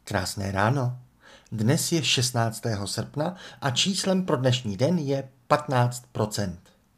Krásné ráno. Dnes je 16. srpna a číslem pro dnešní den je 15%.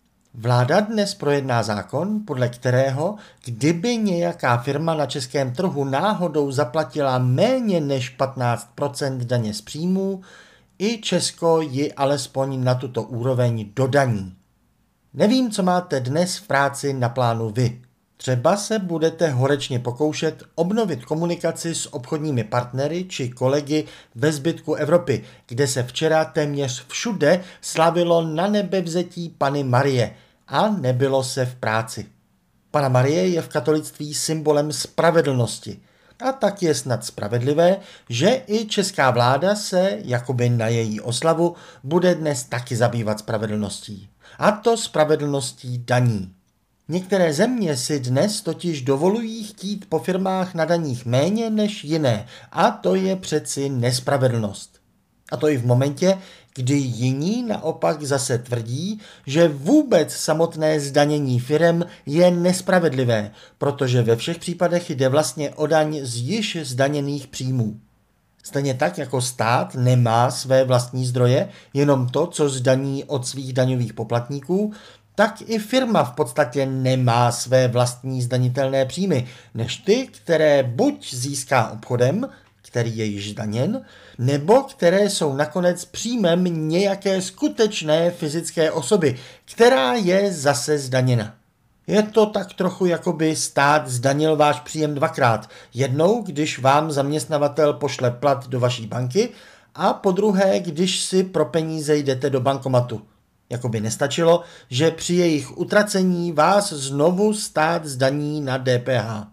Vláda dnes projedná zákon, podle kterého, kdyby nějaká firma na českém trhu náhodou zaplatila méně než 15% daně z příjmů, i Česko ji alespoň na tuto úroveň dodaní. Nevím, co máte dnes v práci na plánu vy. Třeba se budete horečně pokoušet obnovit komunikaci s obchodními partnery či kolegy ve zbytku Evropy, kde se včera téměř všude slavilo na nebevzetí Panny Marie a nebylo se v práci. Panna Marie je v katolictví symbolem spravedlnosti. A tak je snad spravedlivé, že i česká vláda se, jakoby na její oslavu, bude dnes taky zabývat spravedlností. A to spravedlností daní. Některé země si dnes totiž dovolují chtít po firmách na daních méně než jiné a to je přeci nespravedlnost. A to i v momentě, kdy jiní naopak zase tvrdí, že vůbec samotné zdanění firem je nespravedlivé, protože ve všech případech jde vlastně o daň z již zdaněných příjmů. Stejně tak jako stát nemá své vlastní zdroje, jenom to, co zdaní od svých daňových poplatníků, tak i firma v podstatě nemá své vlastní zdanitelné příjmy, než ty, které buď získá obchodem, který je již zdaněn, nebo které jsou nakonec příjmem nějaké skutečné fyzické osoby, která je zase zdaněna. Je to tak trochu, jako by stát zdanil váš příjem dvakrát. Jednou, když vám zaměstnavatel pošle plat do vaší banky a podruhé, když si pro peníze jdete do bankomatu. Jakoby nestačilo, že při jejich utracení vás znovu stát zdaní na DPH.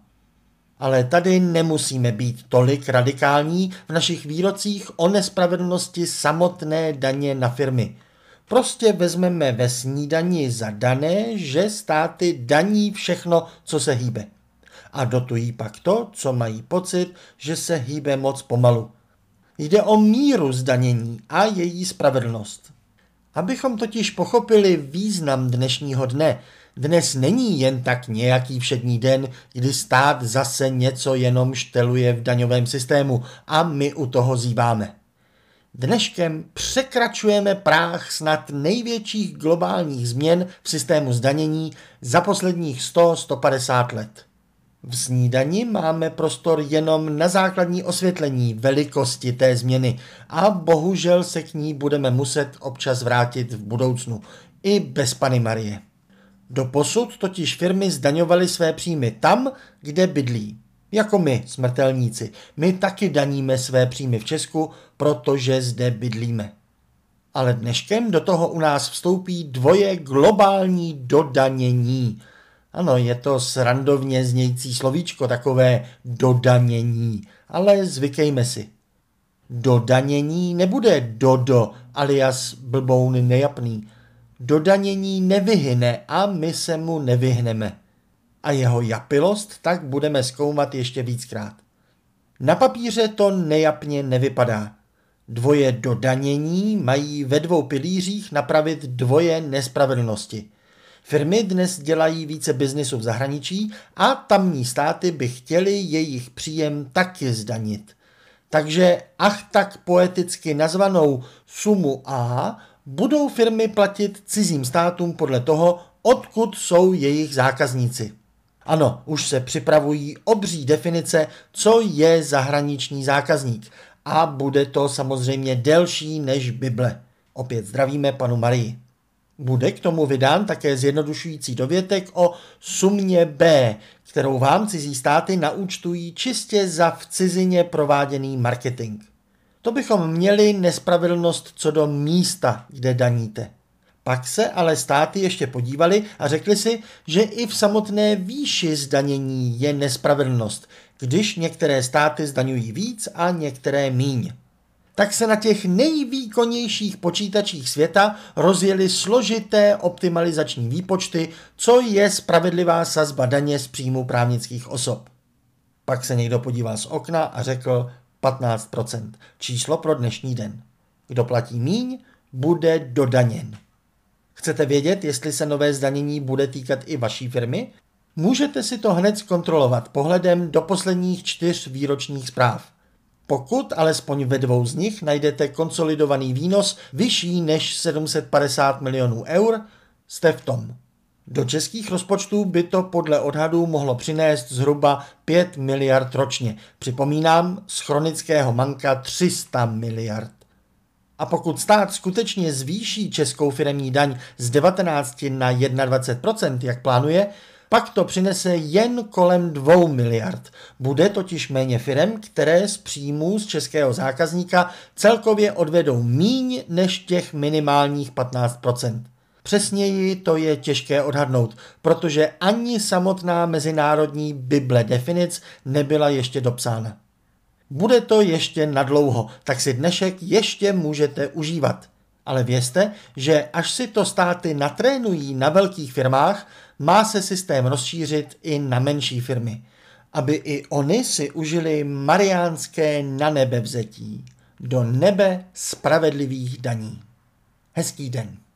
Ale tady nemusíme být tolik radikální v našich výrocích o nespravedlnosti samotné daně na firmy. Prostě vezmeme ve snídani za dané, že státy daní všechno, co se hýbe. A dotují pak to, co mají pocit, že se hýbe moc pomalu. Jde o míru zdanění a její spravedlnost. Abychom totiž pochopili význam dnešního dne, dnes není jen tak nějaký všední den, kdy stát zase něco jenom šteluje v daňovém systému a my u toho zíváme. Dneškem překračujeme práh snad největších globálních změn v systému zdanění za posledních 100–150 let. V snídani máme prostor jenom na základní osvětlení velikosti té změny a bohužel se k ní budeme muset občas vrátit v budoucnu, i bez Panny Marie. Doposud totiž firmy zdaňovaly své příjmy tam, kde bydlí. Jako my, smrtelníci. My taky daníme své příjmy v Česku, protože zde bydlíme. Ale dneškem do toho u nás vstoupí dvoje globální dodanění. Ano, je to srandovně znějící slovíčko, takové dodanění, ale zvykejme si. Dodanění nebude dodo, alias blboun nejapný. Dodanění nevyhyne a my se mu nevyhneme. A jeho japilost tak budeme zkoumat ještě víckrát. Na papíře to nejapně nevypadá. Dvoje dodanění mají ve dvou pilířích napravit dvoje nespravedlnosti. Firmy dnes dělají více biznisu v zahraničí a tamní státy by chtěly jejich příjem taky zdanit. Takže ach tak poeticky nazvanou sumu A budou firmy platit cizím státům podle toho, odkud jsou jejich zákazníci. Ano, už se připravují obří definice, co je zahraniční zákazník. A bude to samozřejmě delší než Bible. Opět zdravíme Pannu Marii. Bude k tomu vydán také zjednodušující dovětek o sumě B, kterou vám cizí státy naúčtují čistě za v cizině prováděný marketing. To bychom měli nespravedlnost co do místa, kde daníte. Pak se ale státy ještě podívali a řekli si, že i v samotné výši zdanění je nespravedlnost, když některé státy zdaňují víc a některé míň. Tak se na těch nejvýkonnějších počítačích světa rozjeli složité optimalizační výpočty, co je spravedlivá sazba daně z příjmu právnických osob. Pak se někdo podíval z okna a řekl 15%, číslo pro dnešní den. Kdo platí míň, bude dodaněn. Chcete vědět, jestli se nové zdanění bude týkat i vaší firmy? Můžete si to hned zkontrolovat pohledem do posledních 4 výročních zpráv. pokud alespoň ve 2 z nich najdete konsolidovaný výnos vyšší než 750 milionů eur, jste v tom. Do českých rozpočtů by to podle odhadů mohlo přinést zhruba 5 miliard ročně. Připomínám, z chronického manka 300 miliard. A pokud stát skutečně zvýší českou firemní daň z 19 na 21%, jak plánuje, pak to přinese jen kolem 2 miliard. Bude totiž méně firem, které z příjmů z českého zákazníka celkově odvedou míň než těch minimálních 15%. Přesněji to je těžké odhadnout, protože ani samotná mezinárodní bible definic nebyla ještě dopsána. Bude to ještě nadlouho, tak si dnešek ještě můžete užívat. Ale vězte, že až si to státy natrénují na velkých firmách, má se systém rozšířit i na menší firmy, aby i oni si užili mariánské nanebevzetí do nebe spravedlivých daní. Hezký den.